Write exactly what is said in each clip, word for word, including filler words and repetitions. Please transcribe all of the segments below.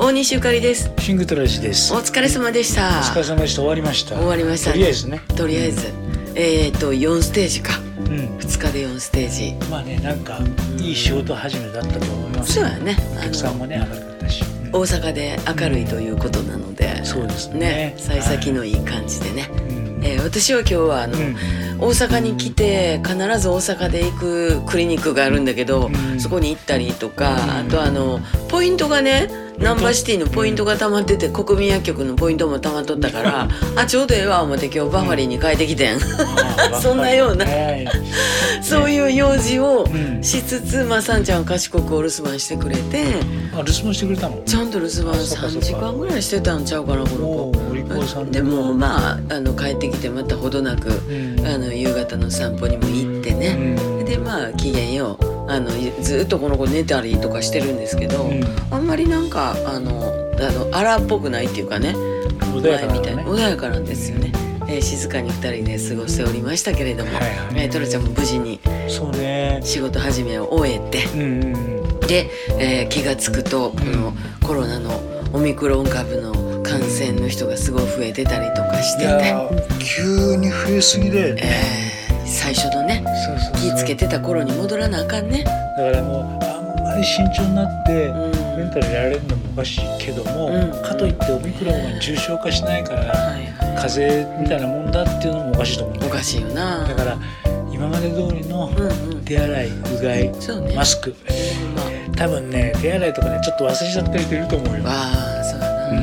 大西ゆかりです。 シングトラジです。 お疲れ様でした。 お疲れ様でした。終わりました。 終わりました、ね、 とりあえずねとりあえず、うん、えーとよんステージか、うん、ふつかでよんステージ。 まあね、なんかいい仕事始めだったと思います。 そうやね、 お客さんもね明るかったし、 うん、大阪で明るいということなので、 うん、そうですねね、幸先のいい感じでね、 はい、 えー、私は今日はあの、うん、大阪に来て必ず大阪で行くクリニックがあるんだけど、うん、そこに行ったりとか、うん、あとあのポイントがね、ナンバーシティのポイントが溜まってて、国民薬局のポイントも溜まっとったからあ、ちょうどええわ思って今日バファリンに帰ってきてん、うん、そんなようなそういう用事をしつつ、まあ、さんちゃんは賢くお留守番してくれて、 あ、留守番してくれたの？ ちゃんと留守番さんじかんぐらいしてたんちゃうかな、この子。 お利口さんでもまあ、あの帰ってきてまたほどなく、うん、あの夕方の散歩にも行ってね、うん、でまあ機嫌ようあのずっとこの子寝たりとかしてるんですけど、うん、あんまりなんかあのあの荒っぽくないっていうかね、 穏やかな、ね、みたいな穏やかなんですよね、えー、静かにふたりで過ごしておりましたけれども、はいはい、えー、トラちゃんも無事に仕事始めを終えて、うん、で、えー、気がつくとこのコロナのオミクロン株の感染の人がすごい増えてたりとかしてて、いや急に増えすぎで、 えー、最初のね、そうそうそう、気ぃつけてた頃に戻らなあかんね。だからもうあんまり慎重になって、うん、メンタルやられるのもおかしいけども、うん、かといってオミクロンは重症化しないから、はいはい、風邪みたいなもんだっていうのもおかしいと思う、ね、 おかしいよな。 だから今まで通りの手洗い、うがい、ね、マスク、まあ、多分ね手洗いとかねちょっと忘れちゃってる人いると思うよ。 ああ、そうだな、うん、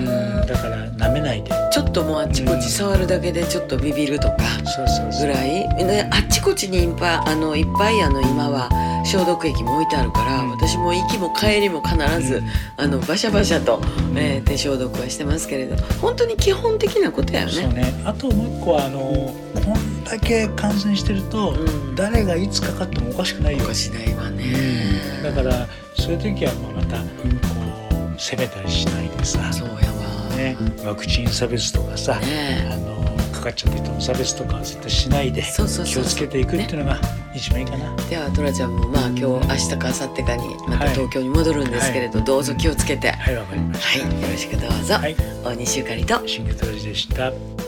だから舐めないで、 ちょっともうあっちこっち触るだけでちょっとビビるとかぐらい、ね、あっちこっちにいっぱいあのいっぱいあの今は消毒液も置いてあるから、うん、私も行きも帰りも必ず、うん、あのバシャバシャと、うん、えー、手消毒はしてますけれど、本当に基本的なことやよね。 そうね。あともう一個はあのこんだけ感染してると、うん、誰がいつかかってもおかしくないよ。 おかしないわね、 うん、だからそういう時はまたこう責めたりしないでさ、 そうやわ、 ね、ワクチン差別とかさ、ね、あのかかっちゃった人の差別とかは絶対しないで気をつけていくっていうのが一番いいかな、ね、 ではトラちゃんもまあ今日明日か明後日かにまた東京に戻るんですけれど、はい、どうぞ気をつけて、 はい、わかりました、 はい、よろしくどうぞ、はい、大西ゆかりとシングトラジでした。